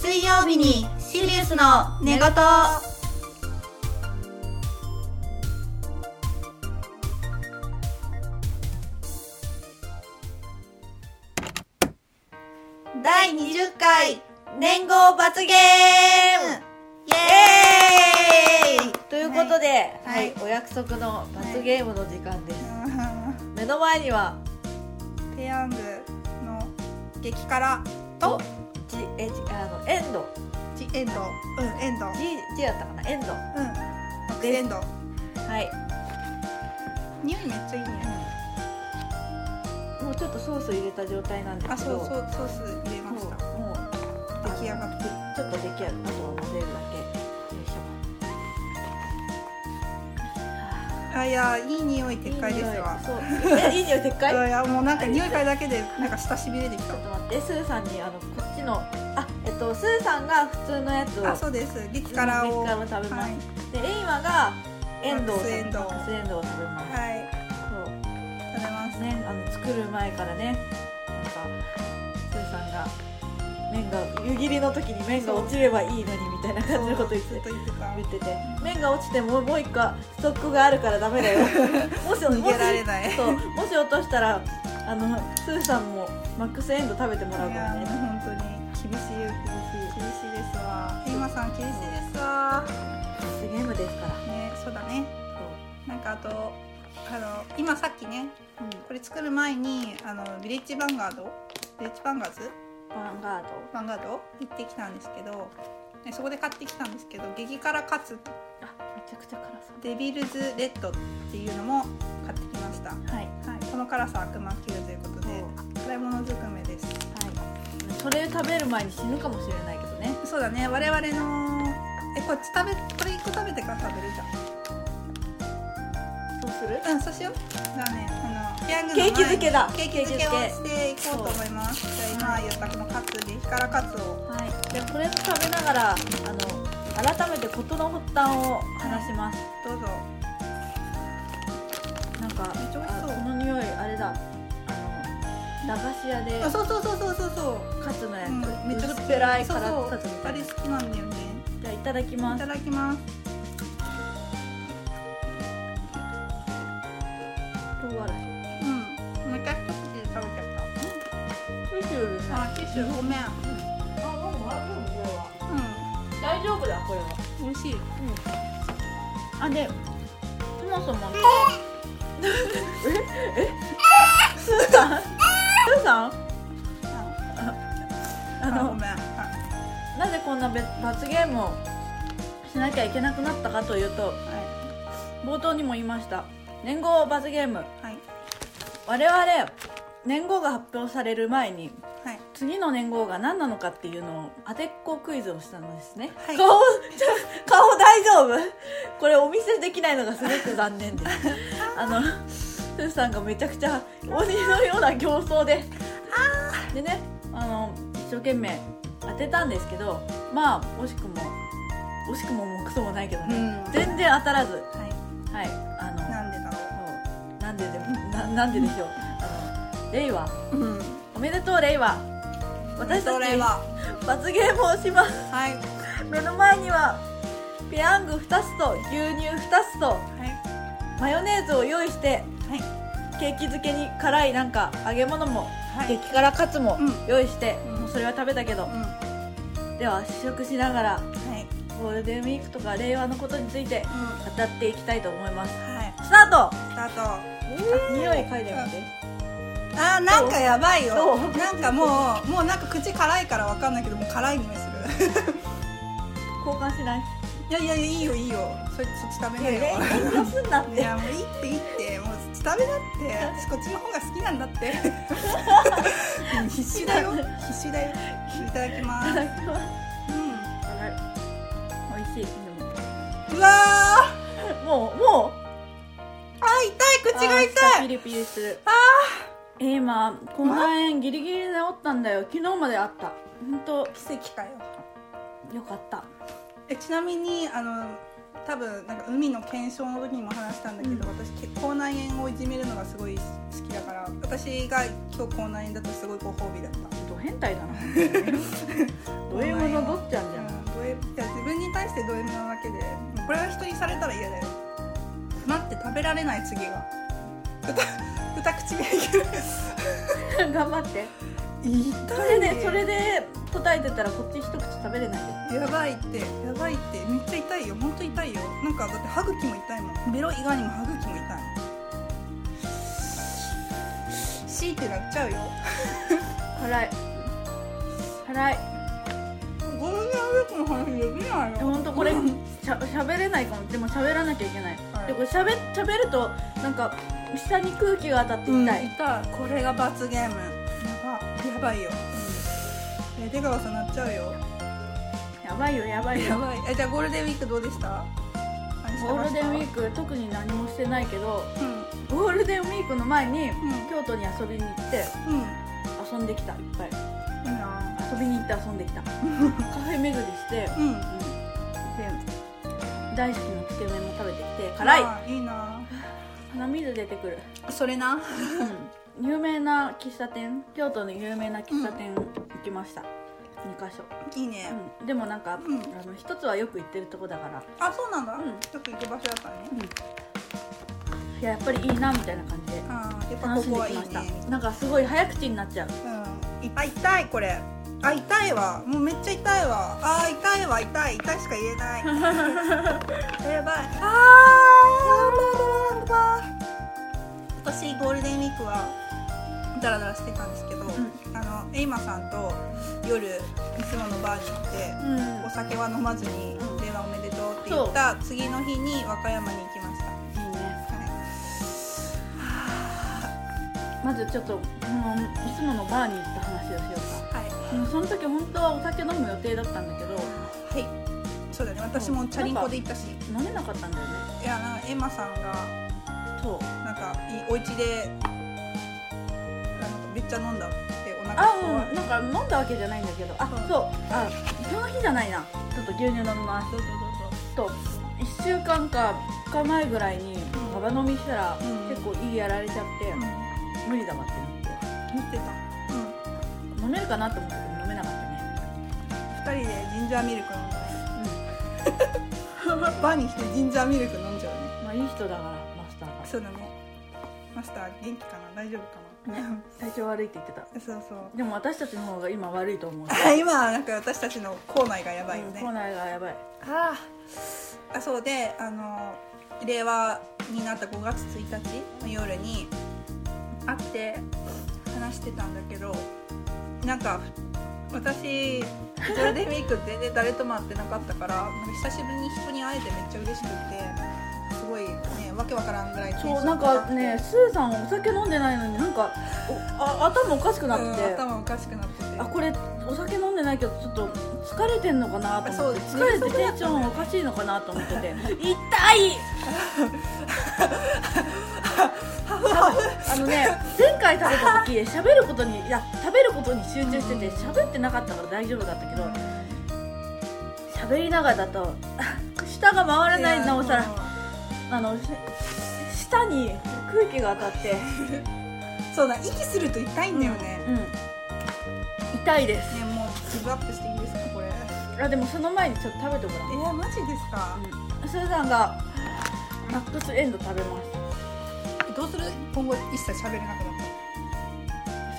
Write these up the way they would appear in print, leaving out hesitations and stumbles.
水曜日にシリウスの寝言。第20回年号罰ゲームイエーイということで、はい、お約束の罰ゲームの時間です、目の前にはペヤングの激辛とエンドエンド G だったかな、エンドマックスエンド。 はい、 匂いめっちゃいいね。 もうちょっとソース入れた状態なんですけど、 ソース入れました。 もう出来上がってちょっと出来上がって、あとは混ぜるだけ。よいしょ。 いや、いい匂い撤回ですわ。 そう、いい匂い撤回？ いや、もうなんか匂い嗅いだけでなんか舌しびれてきた。 ちょっと待って、スーさんにこっちのスーさんが普通のやつを、 そうです、激辛を食べます、はい、でエイマがエンドウを食べます。はい、そう食べますね。作る前からね、なんかスーさんが麺が湯切りの時に麺が落ちればいいのにみたいな感じのこと言ってて、麺が落ちてもう一個ストックがあるからダメだよもし逃げられないそう、もし落としたらスーさんもマックスエンド食べてもらうからね。 本当に厳しいですわ。エイマさん厳しいですわ。 罰ゲームですからね。そうだね。なんかあと今さっきね、これ作る前にヴィレッジヴァンガード行ってきたんですけど、そこで買ってきたんですけど、激辛カツ、 めちゃくちゃ辛そう、 デビルズレッドっていうのも買ってきました。はい、この辛さ悪魔級ということで辛いものずくめです。はい、 それ食べる前に死ぬかもしれないけどね。 そうだね。我々のこれ1個食べてから食べるじゃん。 そうする？ そうしよう。じゃあね、 ケーキ漬けだ。 ケーキ漬けをしていこうと思います。じゃあ今言ったこのカツ、激辛カツを、 はい、でこれ食べながら改めて事の発端を話します。 どうぞ。 なんかこの匂いあれだ、駄菓子屋でそうカツのやつ、 めっちゃ薄っぺらい辛カツみたいな。 あれ好きなんだよね。 じゃあいただきます。 いただきます。 唐辛子。 めっちゃ一口で食べちゃった。 ティッシュですね。 ティッシュごめん。 大丈夫だ、これは。 美味しい。 でそもそもスーさんごめん。 なぜこんな罰ゲームをしなきゃいけなくなったかというと、冒頭にも言いました年号罰ゲーム、我々年号が発表される前に、次の年号が何なのかっていうのを当てっこクイズをしたのですね。顔大丈夫？これお見せできないのがすごく残念ですスーさんがめちゃくちゃ鬼のような形相ででね、一生懸命当てたんですけど、まあ惜しくももクソもないけどね、全然当たらず、なんでだろう。なんででしょう。レイワ、おめでとうレイワ。私たち罰ゲームをします。目の前にはペヤング2つと牛乳2つと、マヨネーズを用意して、ケーキ漬けに辛いなんか揚げ物も、激辛カツも用意して、もうそれは食べたけど、では試食しながら、ゴールデンウィークとか令和のことについて語っていきたいと思います。スタート。匂い嗅いでみて。 なんかやばいよ。なんかもうなんか口辛いからわかんないけど、もう辛い匂いする交換しない？ いやいいよそっち食べないよ。 遠慮すんなって。 いやもういいってもうそっち食べなって。私こっちの方が好きなんだって必死だよ。いただきます。 美味しい。 うわーもう痛い、口が痛い。 ピリピリする。今口内炎ギリギリで治ったんだよ。昨日まであった。本当奇跡かよ。 よかった。 ちなみに多分なんか海の検証の時にも話したんだけど、私口内炎をいじめるのがすごい好きだから、私が今日口内炎だとすごいご褒美だった。 変態だなどういうもの？ されたら嫌だよ。待って、食べられない。次が二口目いける頑張って。 痛いね。 それで答えてたらこっち一口食べれないで。 やばいって、めっちゃ痛いよ。ほんと痛いよ。なんかだって歯茎も痛いもん。ベロ以外にも歯茎も痛い。シーってなっちゃうよ辛い。 ゴールデンウィークの話できないよ。 ほんとこれ喋れないかも。でも喋らなきゃいけない、はい、でこれ喋るとなんか下に空気が当たって痛い、 痛い。これが罰ゲーム。やばいよ、出川さんなっちゃうよ。 やばい。 じゃあゴールデンウィークどうでした？ ゴールデンウィーク特に何もしてないけど、ゴールデンウィークの前に京都に遊びに行って、遊んできた。いっぱい遊びに行って遊んできたカフェ巡りして、で大好きなつけ麺も食べてきて、辛い。 いいな。 鼻水出てくる。 それな。 有名な喫茶店、京都の有名な喫茶店行きました、2カ所。 いいね、 でもなんか、一つはよく行ってるとこだから。 あ、そうなんだ、よく行く場所だったね。 いや、やっぱりいいなみたいな感じで楽しんできました。なんかすごい早口になっちゃう。 痛い。これ痛いわ。もうめっちゃ痛いわ。痛いしか言えないやばい。私ゴールデンウィークはダラダラしてたんですけど、エイマさんと夜いつものバーに行って、お酒は飲まずに電話おめでとうって言った次の日に和歌山に行きました。いいね、 まずちょっと、いつものバーに行った話をしようか。その時本当はお酒飲む予定だったんだけど、 そうだね。私もチャリンコで行ったし飲めなかったんだよね。 いや、なんかエマさんがなんかお家でめっちゃ飲んだってお腹なんか飲んだわけじゃないんだけど、その日じゃないな。ちょっと牛乳飲みます。と1週間か2日前ぐらいにガバ飲みしたら結構やられちゃって、無理だわってなって見てた。 飲めるかなと思ったけど飲めなかったね。 2人でジンジャーミルク飲んだね。バーに来てジンジャーミルク飲んじゃうね。 まあいい人だからマスターが。 そうだね。マスター元気かな、大丈夫かな。 体調悪いって言ってた。そうでも私たちの方が今悪いと思う。 今はなんか私たちの口内がやばいよね。 口内がやばい。 そうで、令和になった5月1日の夜に会って話してたんだけど、なんか私ゴールデンウィーク全然誰とも会ってなかったから、なんか久しぶりに人に会えてめっちゃ嬉しくて、すごいね、わけわからんぐらいテンションなんかね、スーさんお酒飲んでないのになんか頭おかしくなって、 頭おかしくなってて、 これお酒飲んでないけどちょっと疲れてんのかなと思って、疲れてテンションおかしいのかなと思ってて痛い前回食べた時食べることに集中してて喋ってなかったから大丈夫だったけど、喋りながらだと舌が回らない。なおさら舌に空気が当たってそうだ、息すると痛いんだよね。 痛いですね。もうギブアップしていいですかこれ。 でもその前にちょっと食べてごらん。 マジですか。 スーさんがマックスエンド食べます。 どうする？今後一切喋れなくなった。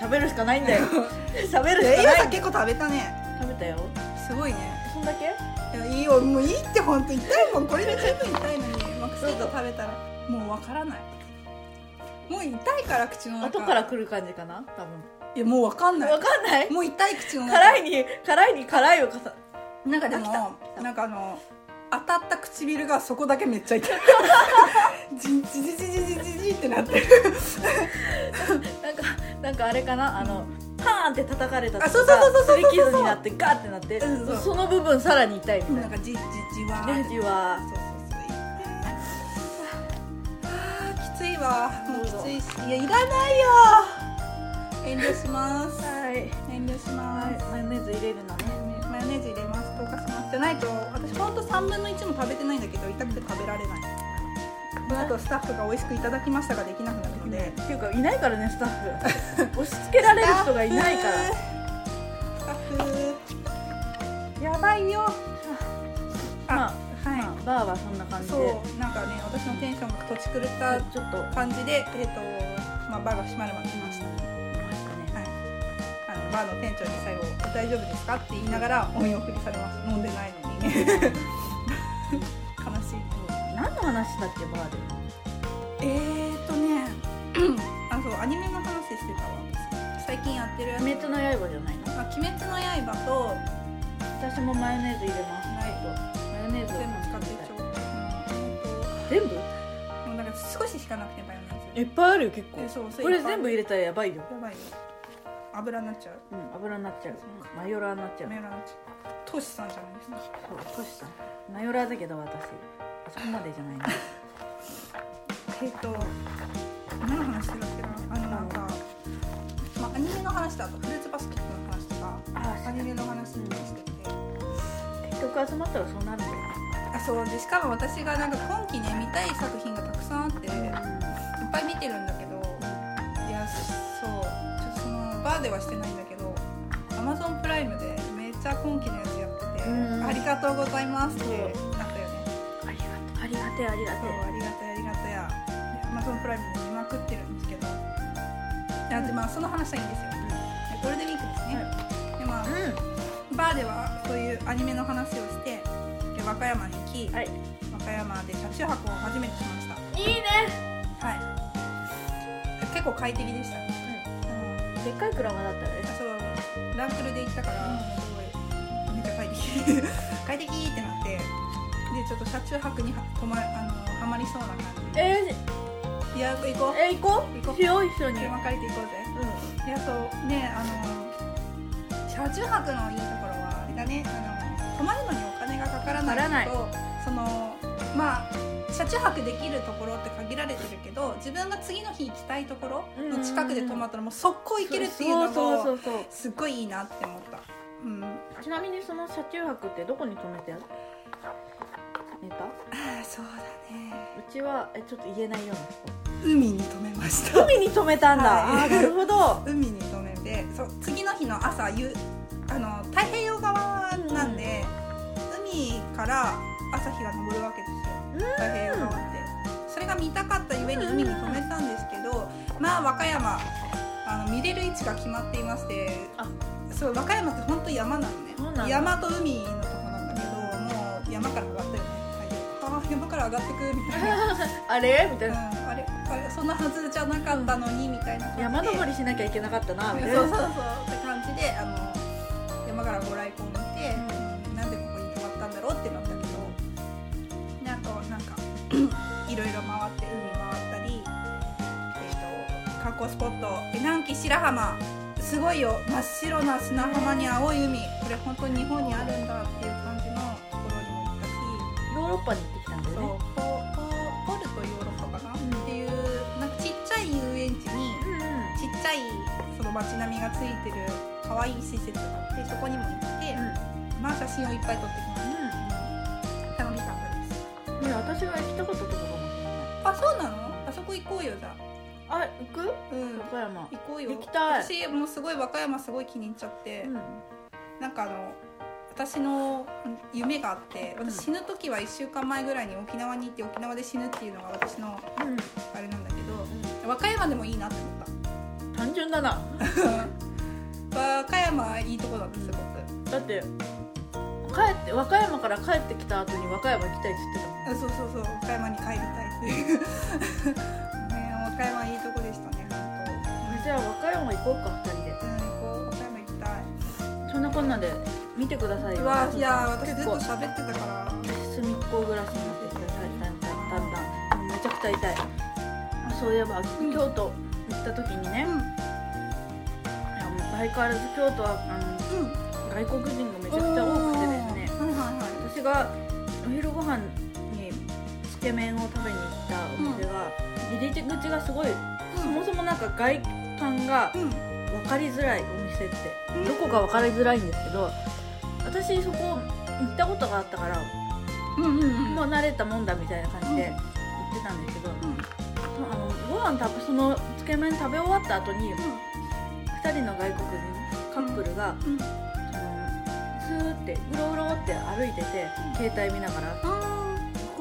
喋るしかないんだよ喋るしかない。 今さ結構食べたね。 食べたよ。 すごいね。 そんだけ？ いいよ、もういいって。ほんと痛いもん。これで十分痛いのにマックスエンド食べたらもうわからない。もう痛いから口の中。 後から来る感じかな多分。 いや、もうわかんない。 わかんない。 もう痛い口の中。 辛いに辛いをなんかでもなんか当たった唇がそこだけめっちゃ痛いジジジジジジジってなってるなんかあれかな、パーンって叩かれたとかすり傷になってガーってなって、その部分さらに痛いみたいな。 なんかじわじわきついわ。もうきついし、いや、いらないよ。遠慮します。遠慮します。 マヨネーズ入れるのね。 マヨネーズ入れます。溶かします。じゃないと私ほんと3分の1も食べてないんだけど、痛くて食べられない。この後スタッフが美味しくいただきましたができなくなるので。 っていうかいないからね、スタッフ押し付けられる人がいないから。 スタッフやばいよ。 はい。 バーはそんな感じで、 そうなんかね私のテンションが土地狂ったちょっと感じでまあ、バーが閉まるまで来ました、はい、バーの店長に最後大丈夫ですかって言いながらお見送りされます。飲んでないのにね悲しい。 何の話だっけバーで。 そうアニメの話してたわ私。最近やってるやつ鬼滅の刃じゃないの。 鬼滅の刃と私もマヨネーズ入れます。 ないとマヨネーズ全部使ってちょう。 全部もうなんか少ししかなくてマヨネーズいっぱいあるよ結構。 そうこれ全部入れたらやばいよ。 やばいよ。油になっちゃう。 油になっちゃう。マヨラーになっちゃう。 マヨラーになっちゃう。トシさんじゃないですか。 そうトシさん。マヨラーだけど私あそこまでじゃないの。 何の話してるっけな。なんか、まあ、アニメの話だとフルーツバスケットの話とかアニメの話してて、 結局集まったらそうなるんだよね。 そうでしかも私がなんか今期ね見たい作品がたくさんあって、いっぱい見てるんだけど、いやそうちょっとそのバーではしてないんだけど Amazon プライムでめっちゃ今期のやつやってて、ありがとうございますってなったよね。 ありがてえありがてえ。 そうありがたいありがたいや。Amazon プライムで見まくってるんですけど、でまあその話はいいんですよ。ゴールデンウィークですね。でまあ、バーではそういうアニメの話をしてで和歌山に行き、和歌山で車中泊を初めてしました。 いいね。 はい。結構快適でした。 でっかい車だったよね。 そうランクルで行ったからすごいめっちゃ快適快適ってなってでちょっと車中泊にはまりそうな感じ。いや行こう。 行こう。しよう一緒に。 車借りて行こうぜ。であとね車中泊のいいところはあれだね。泊まるのにお金がかからないとそのまあ車中泊できるところって限られてるけど自分が次の日行きたいところの近くで泊まったらもう速攻行けるっていうのがすっごいいいなって思った。 ちなみにその車中泊ってどこに泊めて寝た？ そうだね。 うちはちょっと言えないような人。 海に泊めました。 海に泊めたんだ。なるほど。 海に泊めて次の日の朝太平洋側なんで、海から朝日が昇るわけですよ。太平洋側ってそれが見たかったゆえに海に泊めたんですけど、まあ和歌山見れる位置が決まっていまして、そう和歌山って本当山なのね。山と海のとこなんだけどもう山から上がったよね。山から上がってくみたいなあれみたいな、 あれそんなはずじゃなかったのにみたいな感じで山登りしなきゃいけなかったなみたいなそうって感じで山からご来光見て、なんでここに泊まったんだろうってなったけどなんかいろいろ回って海回ったり、観光スポット南紀白浜すごいよ。真っ白な砂浜に青い海、これ本当に日本にあるんだっていう感じのところにも行ったし、 ヨーロッパに行ってきたんだよね。 ポルトヨーロッパかな、っていうなんかちっちゃい遊園地に、ちっちゃいその街並みがついてる可愛い施設があってそこにも行って、まあ写真をいっぱい撮ってきました。楽しかったです。 ね、私が行きたかったところかもしれない。 あ、そうなの？あそこ行こうよじゃあ。 行く？和歌山行こうよ。 行きたい。 私もうすごい和歌山すごい気に入っちゃって、なんか私の夢があって、私死ぬ時は1週間前ぐらいに沖縄に行って沖縄で死ぬっていうのが私のあれなんだけど、和歌山でもいいなって思った。 単純だな和歌山いいとこだったすごく。 だって和歌山から帰ってきた後に和歌山行きたいって言ってたもん。 そう和歌山に帰りたいっていうね、和歌山いいとこでしたね本当。 じゃあ和歌山行こうか2人で。 行こう。和歌山行きたい。 そんなこんなで見てくださいよ。 いや私ずっと喋ってたから隅っこ暮らしになってきてだんだんめちゃくちゃ痛い。そういえば京都行った時にね、相変わらず京都は外国人がめちゃくちゃ多くてですね、私がお昼ご飯につけ麺を食べに行ったお店が、入り口がすごい、そもそもなんか外観が分かりづらいお店って、どこか分かりづらいんですけど、私そこ行ったことがあったから、もう慣れたもんだみたいな感じで行ってたんですけど、そのつけ麺食べ終わった後に、2人の外国人カップルが、スーってうろうろって歩いてて、携帯見ながら、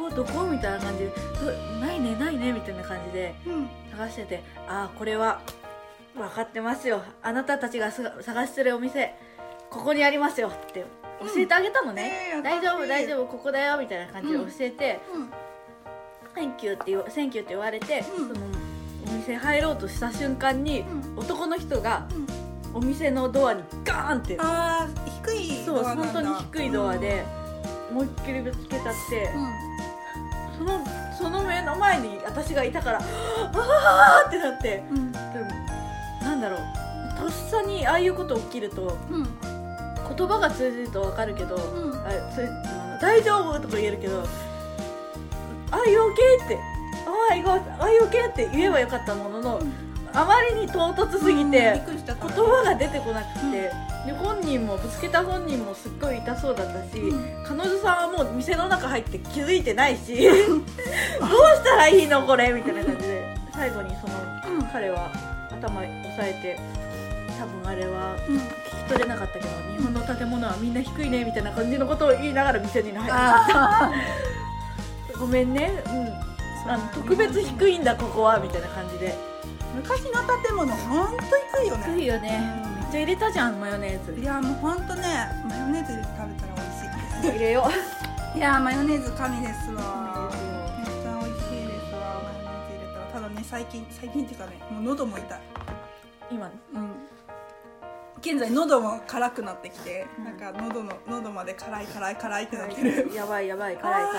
どこみたいな感じでないねないねみたいな感じで探してて、これは分かってますよ、あなたたちが探してるお店ここにありますよって教えてあげたのね、大丈夫大丈夫ここだよみたいな感じで教えて、センキューって言われて、そのお店入ろうとした瞬間に、男の人がお店のドアにガーンって、 低いドアなんだ。 そう、本当に低いドアで、思いっきりぶつけたって、その目の前に私がいたからあーってなって、でもなんだろう、とっさにああいうこと起きると、言葉が通じると分かるけど、大丈夫とか言えるけど、Are you okay? って Oh my God, Are you okay? って言えばよかったものの、あまりに唐突すぎて言葉が出てこなくて、で本人もぶつけた本人もすっごい痛そうだったし、彼女さんはもう店の中入って気づいてないしどうしたらいいのこれみたいな感じで、最後にその、彼は頭押さえて、多分あれは聞き取れなかったけど、日本の建物はみんな低いねみたいな感じのことを言いながら店に入ってきたごめんね、特別低いんだここはみたいな感じで。 昔の建物ほんと低いよね。 低いよね、めっちゃ入れたじゃんマヨネーズ。 いやもうほんとね、マヨネーズで食べたら美味しい入れよう。いやマヨネーズ神ですわ。めっちゃ美味しいですわ、マヨネーズ入れたら。ただね、最近っていうかね、もう喉も痛い今ね。 現在喉も辛くなってきて、なんか喉まで辛いってなってる。 やばい辛い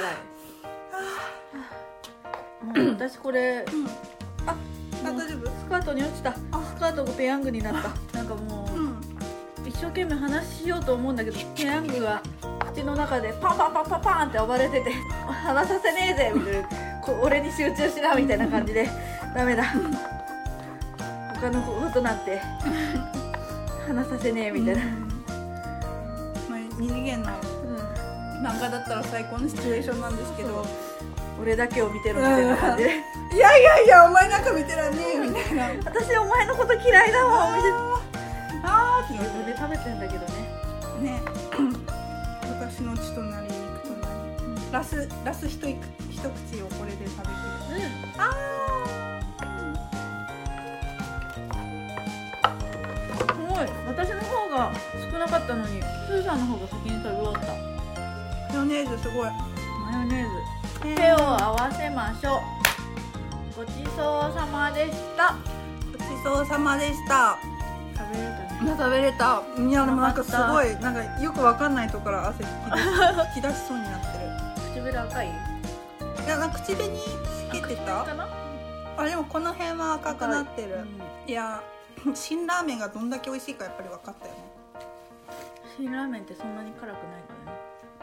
もう私これ、 大丈夫？ スカートに落ちた。スカートがペヤングになった。なんかもう、一生懸命話しようと思うんだけど、ペヤングが口の中でパンって暴れてて話させねえぜみたいな、俺に集中しなみたいな感じでダメだ他のことなんて話させねえみたいな、 二次元の漫画だったら最高のシチュエーションなんですけど、 俺だけを見てるみたいな感じでいやお前なんか見てらんねえみたいな私お前のこと嫌いだわって自分で食べてんだけどね。 私の血となり肉となり、ラス一口をこれで食べてる。 すごい、私の方が少なかったのにスーさんの方が先に食べ終わった。 マヨネーズすごい。 マヨネーズ手を合わせましょう。ごちそうさまでした。 ごちそうさまでした。 食べれたね。 食べれた。いやでもなんかすごいなんかよくわかんないとこから汗吹き出しそうになってる。 唇赤い？ いやなんか口紅つけてた？でもこの辺は赤くなってる。いや辛ラーメンがどんだけ美味しいかやっぱり分かったよね。 辛ラーメンってそんなに辛くないからね。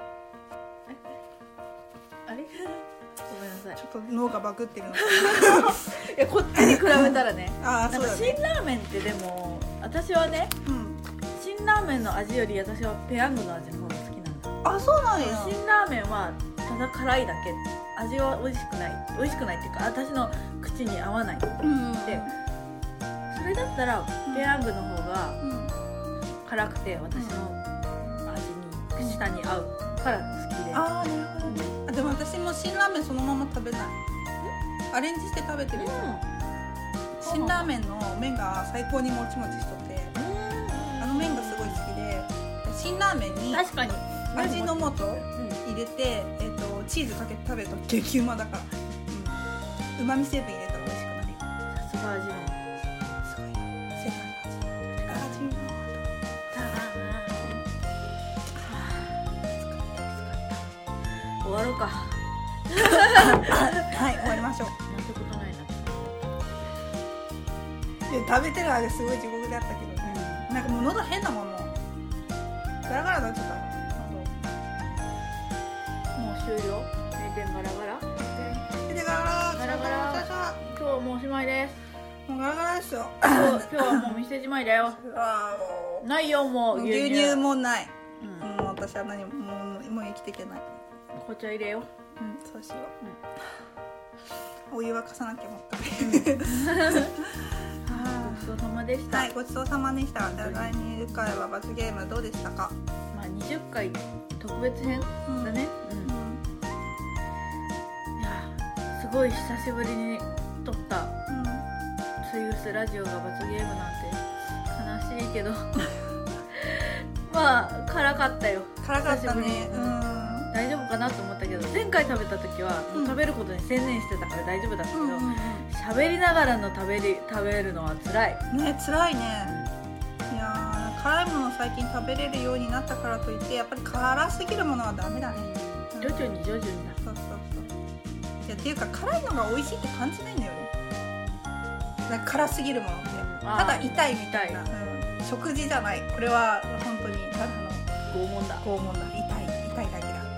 あれごめんなさい、 ちょっと脳がバグってるのかいやこっちに比べたらねなんか辛ラーメンってでも私はね、辛ラーメンの味より私はペヤングの味の方が好きなんだ。 そうなんや。 辛ラーメンはただ辛いだけ、味は美味しくないっていうか私の口に合わない、でそれだったらペヤングの方が辛くて私の味に舌に合うから好きで。 なるほどね。でも私も辛ラーメンそのまま食べない。アレンジして食べてる。辛ラーメンの麺が最高にもちもちしとって、あの麺がすごい好きで、辛ラーメンに確かに味の素入れて、チーズかけて食べると激うまだから、うまみ成分入れたら美味しくなる。 さすが味のすごい世界の味の終わろうかはい終わりましょう。 なんてことないな。 で食べてる間すごい地獄だったけどね、なんかもう喉変なもん、もうガラガラなっちゃった。 もう終了。閉店ガラガラ。 閉店ガラガラ。 今日はもうおしまいです。 もうガラガラですよ。 今日はもう店じまいだよ。ないよもう牛乳もない。もう私は何もう生きていけない。 紅茶入れよう。 そうしよう。お湯は貸さなきゃもったいない。 ごちそうさまでした。 はい、ごちそうさまでした。第2回は罰ゲームどうでしたか？ まあ20回特別編だね。 ごい久しぶりに撮ったツイウスラジオが罰ゲームなんて悲しいけどまあ辛かったよ。 辛かったね。 大丈夫かなと思ったけど、前回食べた時はもう食べることに専念してたから大丈夫だったけど、喋りながらの食べるのは辛いね。辛いね。いや辛いものを最近食べれるようになったからといってやっぱり辛すぎるものはダメだね。 徐々にだ。 そういやっていうか辛いのが美味しいって感じないんだよね。なんか辛すぎるものってただ痛いみたいな、食事じゃない。これは本当にただの拷問だ。 痛いだけだ。なん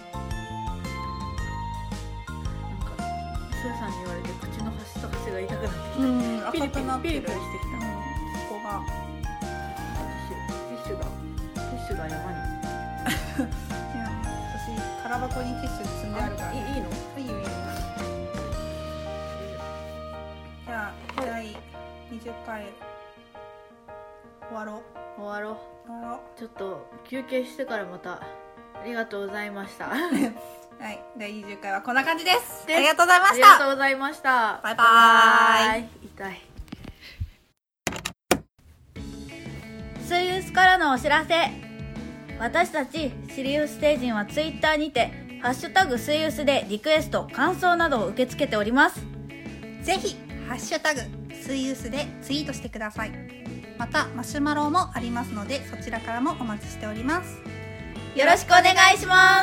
かしゅうさんに言われて口の端と端が痛くなってきた。 赤くなってる。 ピリピリしてきた。 ここがティッシュが山にいや私空箱にティッシュ積んであるから。 いいの？ いいよ。じゃあ第20回終わろう。 ちょっと休憩してからまた。ありがとうございましたはい、 第20回はこんな感じです。ありがとうございました。 ありがとうございました。 バイバーイ。 痛い。スイウスからのお知らせ。私たちシリウス星人はツイッターにてハッシュタグスイウスでリクエスト感想などを受け付けております。 ぜひハッシュタグスイウスでツイートしてください。またマシュマロもありますのでそちらからもお待ちしております。 よろしくお願いします。